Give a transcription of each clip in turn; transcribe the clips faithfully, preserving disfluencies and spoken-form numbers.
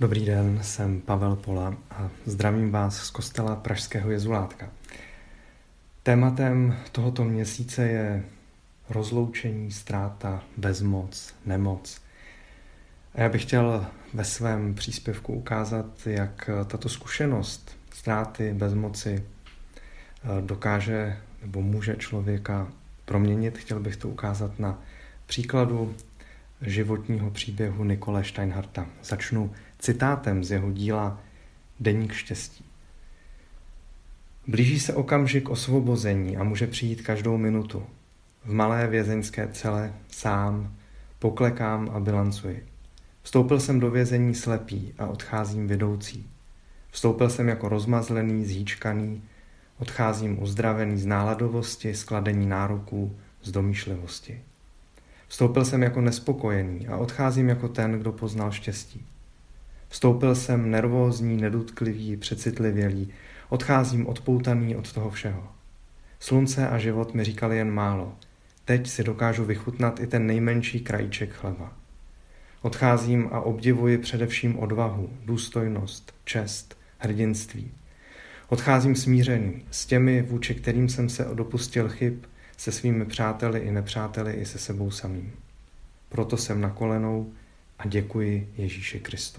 Dobrý den, jsem Pavel Pola a zdravím vás z kostela pražského Jezulátka. Tématem tohoto měsíce je rozloučení, ztráta, bezmoc, nemoc. A já bych chtěl ve svém příspěvku ukázat, jak tato zkušenost ztráty, bezmoci dokáže nebo může člověka proměnit. Chtěl bych to ukázat na příkladu životního příběhu Nicolae Steinhardta. Začnu citátem z jeho díla Deník štěstí. Blíží se okamžik osvobození a může přijít každou minutu. V malé vězeňské cele sám poklekám a bilancuji. Vstoupil jsem do vězení slepý a odcházím vidoucí. Vstoupil jsem jako rozmazlený, zhýčkaný, odcházím uzdravený z náladovosti, skladení nároků, z domýšlivosti. Vstoupil jsem jako nespokojený a odcházím jako ten, kdo poznal štěstí. Vstoupil jsem nervózní, nedutklivý, přecitlivělý, odcházím odpoutaný od toho všeho. Slunce a život mi říkali jen málo. Teď si dokážu vychutnat i ten nejmenší krajíček chleba. Odcházím a obdivuji především odvahu, důstojnost, čest, hrdinství. Odcházím smířený s těmi, vůči kterým jsem se dopustil chyb, se svými přáteli i nepřáteli i se sebou samým. Proto jsem na kolenou a děkuji Ježíši Kristu.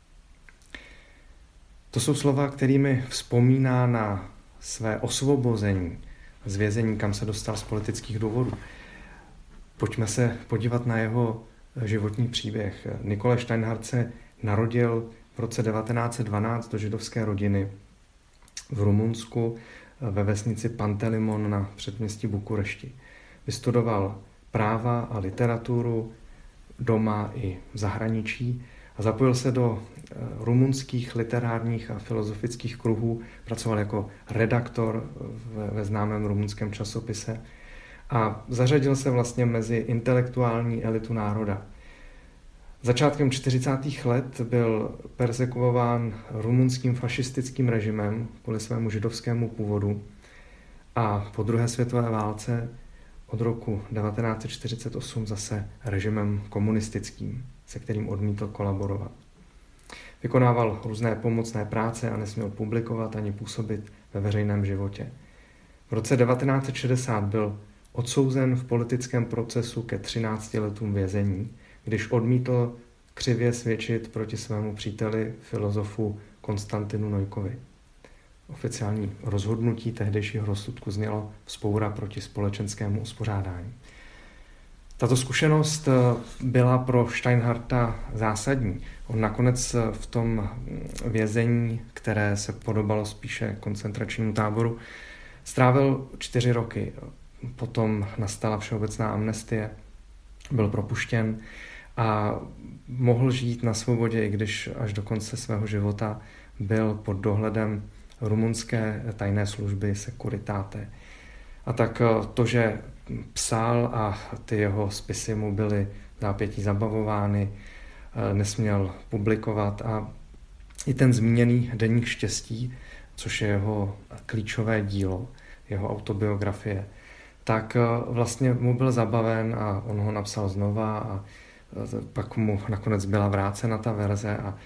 To jsou slova, kterými vzpomíná na své osvobození z vězení, kam se dostal z politických důvodů. Pojďme se podívat na jeho životní příběh. Nicolae Steinhardt se narodil v roce devatenáct set dvanáct do židovské rodiny v Rumunsku ve vesnici Pantelimon na předměstí Bukurešti. Vystudoval práva a literaturu doma i v zahraničí a zapojil se do rumunských literárních a filozofických kruhů, pracoval jako redaktor ve známém rumunském časopise a zařadil se vlastně mezi intelektuální elitu národa. Začátkem čtyřicátých let byl persekuován rumunským fašistickým režimem kvůli svému židovskému původu a po druhé světové válce od roku devatenáct set čtyřicet osm zase režimem komunistickým, se kterým odmítl kolaborovat. Vykonával různé pomocné práce a nesměl publikovat ani působit ve veřejném životě. V roce devatenáct set šedesát byl odsouzen v politickém procesu ke třinácti letům vězení, když odmítl křivě svědčit proti svému příteli, filozofu Konstantinu Nojkovi. Oficiální rozhodnutí tehdejšího rozsudku znělo vzpoura proti společenskému uspořádání. Tato zkušenost byla pro Steinhardta zásadní. On nakonec v tom vězení, které se podobalo spíše koncentračnímu táboru, strávil čtyři roky. Potom nastala všeobecná amnestie, byl propuštěn a mohl žít na svobodě, i když až do konce svého života byl pod dohledem rumunské tajné služby Securitate. A tak to, že psal a ty jeho spisy mu byly zápětí zabavovány, nesměl publikovat a i ten zmíněný Deník štěstí, což je jeho klíčové dílo, jeho autobiografie, tak vlastně mu byl zabaven a on ho napsal znova a pak mu nakonec byla vrácena ta verze a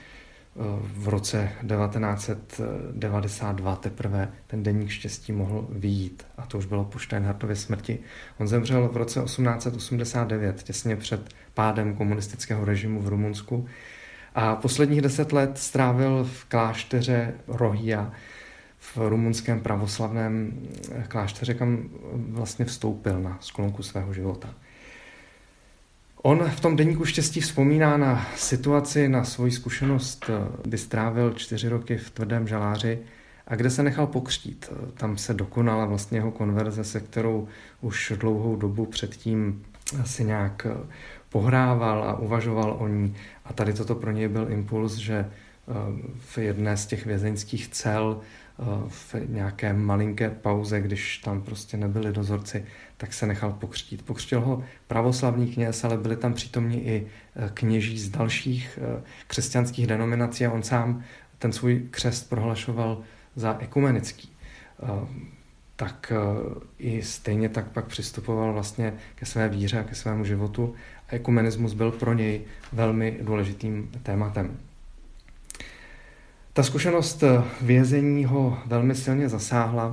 v roce devatenáct set devadesát dva teprve ten Deník štěstí mohl vyjít a to už bylo po Steinhardtově smrti. On zemřel v roce osmnáct set osmdesát devět, těsně před pádem komunistického režimu v Rumunsku a posledních deset let strávil v klášteře Rohia v rumunském pravoslavném klášteře, kam vlastně vstoupil na sklonku svého života. On v tom Deníku štěstí vzpomíná na situaci, na svoji zkušenost, kdy strávil čtyři roky v tvrdém žaláři a kde se nechal pokřtít. Tam se dokonala vlastně jeho konverze, se kterou už dlouhou dobu předtím si nějak pohrával a uvažoval o ní. A tady toto pro něj byl impuls, že v jedné z těch vězeňských cel v nějaké malinké pauze, když tam prostě nebyli dozorci, tak se nechal pokřtít. Pokřtil ho pravoslavný kněz, ale byli tam přítomni i kněží z dalších křesťanských denominací a on sám ten svůj křest prohlašoval za ekumenický. Tak i stejně tak pak přistupoval vlastně ke své víře a ke svému životu a ekumenismus byl pro něj velmi důležitým tématem. Ta zkušenost vězení ho velmi silně zasáhla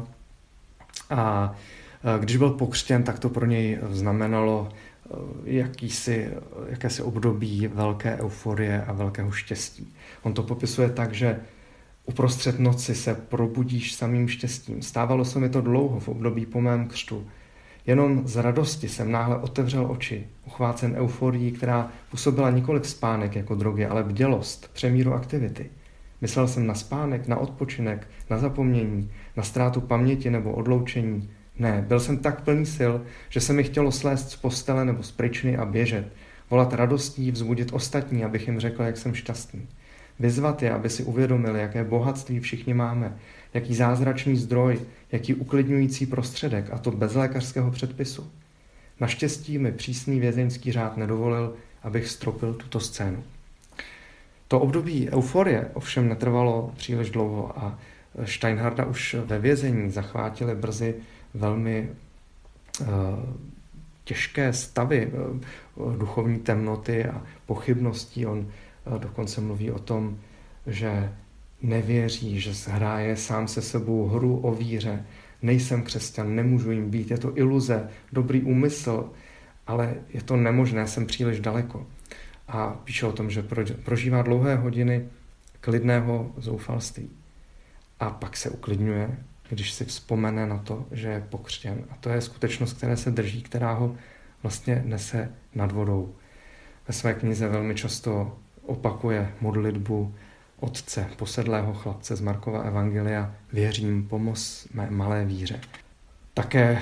a když byl pokřtěn, tak to pro něj znamenalo jakýsi, jakési období velké euforie a velkého štěstí. On to popisuje tak, že uprostřed noci se probudíš samým štěstím. Stávalo se mi to dlouho v období po mém křtu. Jenom z radosti jsem náhle otevřel oči, uchvácen euforií, která působila nikoliv spánek jako drogy, ale bdělost, přemíru aktivity. Myslel jsem na spánek, na odpočinek, na zapomnění, na ztrátu paměti nebo odloučení. Ne, byl jsem tak plný sil, že se mi chtělo slést z postele nebo z pryčny a běžet, volat radostí, vzbudit ostatní, abych jim řekl, jak jsem šťastný. Vyzvat je, aby si uvědomili, jaké bohatství všichni máme, jaký zázračný zdroj, jaký uklidňující prostředek, a to bez lékařského předpisu. Naštěstí mi přísný vězeňský řád nedovolil, abych stropil tuto scénu. To období euforie ovšem netrvalo příliš dlouho a Steinharda už ve vězení zachvátily brzy velmi uh, těžké stavy uh, duchovní temnoty a pochybností. On uh, dokonce mluví o tom, že nevěří, že hraje sám se sebou hru o víře. Nejsem křesťan, nemůžu jim být, je to iluze, dobrý úmysl, ale je to nemožné, jsem příliš daleko. A píše o tom, že prožívá dlouhé hodiny klidného zoufalství. A pak se uklidňuje, když si vzpomene na to, že je pokřtěn. A to je skutečnost, které se drží, která ho vlastně nese nad vodou. Ve své knize velmi často opakuje modlitbu Otce, posedlého chlapce z Markova evangelia, věřím, pomoz mé malé víře. Také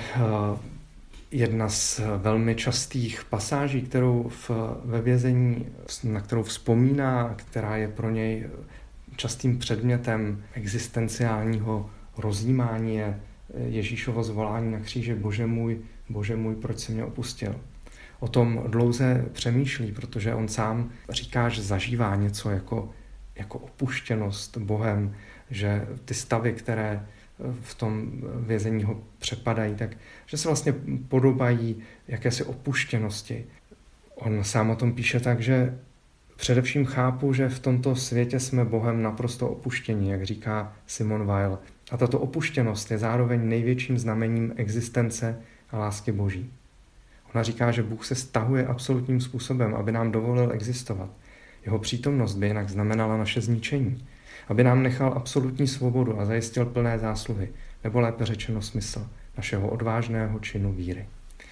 jedna z velmi častých pasáží, kterou v, ve vězení, na kterou vzpomíná, která je pro něj častým předmětem existenciálního rozjímání, je Ježíšovo zvolání na kříži: Bože můj, Bože můj, proč jsi mě opustil? O tom dlouze přemýšlí, protože on sám říká, že zažívá něco jako, jako opuštěnost Bohem, že ty stavy, které v tom vězení ho přepadají, tak že se vlastně podobají jakési opuštěnosti. On sám o tom píše tak, že především chápu, že v tomto světě jsme Bohem naprosto opuštění, jak říká Simone Weil. A tato opuštěnost je zároveň největším znamením existence a lásky Boží. Ona říká, že Bůh se stahuje absolutním způsobem, aby nám dovolil existovat. Jeho přítomnost by jinak znamenala naše zničení. Aby nám nechal absolutní svobodu a zajistil plné zásluhy, nebo lépe řečeno smysl našeho odvážného činu víry.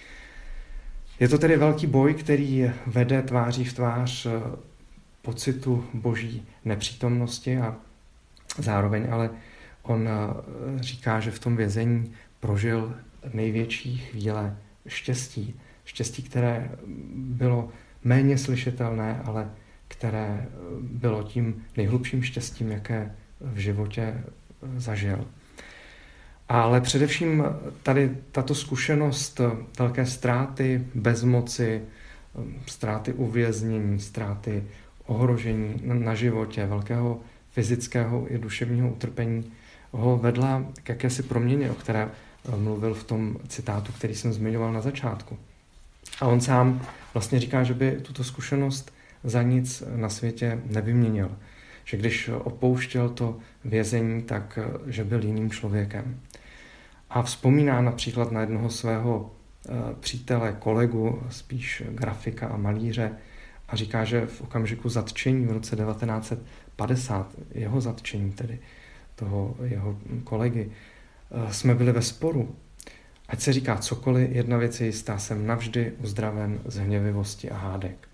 Je to tedy velký boj, který vede tváří v tvář pocitu Boží nepřítomnosti a zároveň ale on říká, že v tom vězení prožil největší chvíle štěstí. Štěstí, které bylo méně slyšitelné, ale které bylo tím nejhlubším štěstím, jaké v životě zažil. Ale především tady tato zkušenost velké ztráty, bezmoci, ztráty uvěznění, ztráty ohrožení na životě, velkého fyzického i duševního utrpení ho vedla k jakési proměně, o které mluvil v tom citátu, který jsem zmiňoval na začátku. A on sám vlastně říká, že by tuto zkušenost za nic na světě nevyměnil. Že když opouštěl to vězení, tak že byl jiným člověkem. A vzpomíná například na jednoho svého přítele, kolegu, spíš grafika a malíře, a říká, že v okamžiku zatčení v roce devatenáct set padesát, jeho zatčení tedy, toho jeho kolegy, jsme byli ve sporu. Ať se říká cokoliv, jedna věc je jistá, jsem navždy uzdraven z hněvivosti a hádek.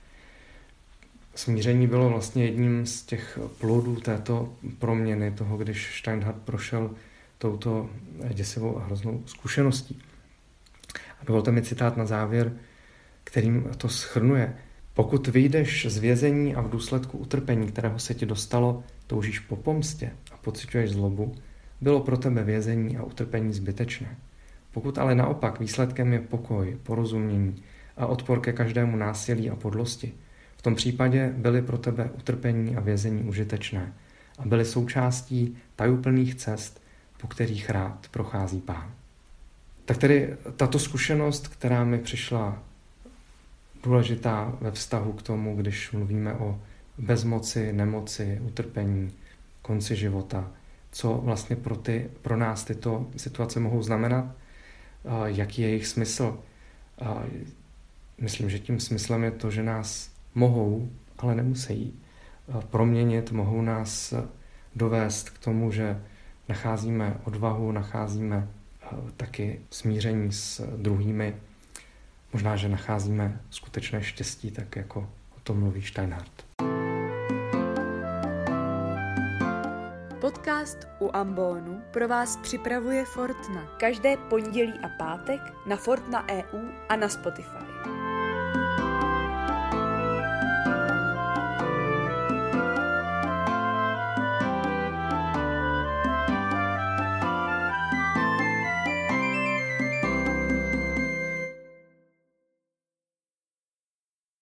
Smíření bylo vlastně jedním z těch plodů této proměny, toho, když Steinhart prošel touto děsivou a hroznou zkušeností. A dovolte mi citát na závěr, kterým to shrnuje. Pokud vyjdeš z vězení a v důsledku utrpení, kterého se ti dostalo, toužíš po pomstě a pociťuješ zlobu, bylo pro tebe vězení a utrpení zbytečné. Pokud ale naopak výsledkem je pokoj, porozumění a odpor ke každému násilí a podlosti, v tom případě byly pro tebe utrpení a vězení užitečné a byly součástí tajuplných cest, po kterých rád prochází Pán. Tak tedy tato zkušenost, která mi přišla důležitá ve vztahu k tomu, když mluvíme o bezmoci, nemoci, utrpení, konci života, co vlastně pro, ty, pro nás tyto situace mohou znamenat, jaký je jejich smysl. Myslím, že tím smyslem je to, že nás mohou, ale nemusí proměnit, mohou nás dovést k tomu, že nacházíme odvahu, nacházíme taky smíření s druhými, možná, že nacházíme skutečné štěstí, tak jako o tom mluví Steinhardt. Podcast u Ambonu pro vás připravuje Fortna. Každé pondělí a pátek na Fortna tečka e u a na Spotify.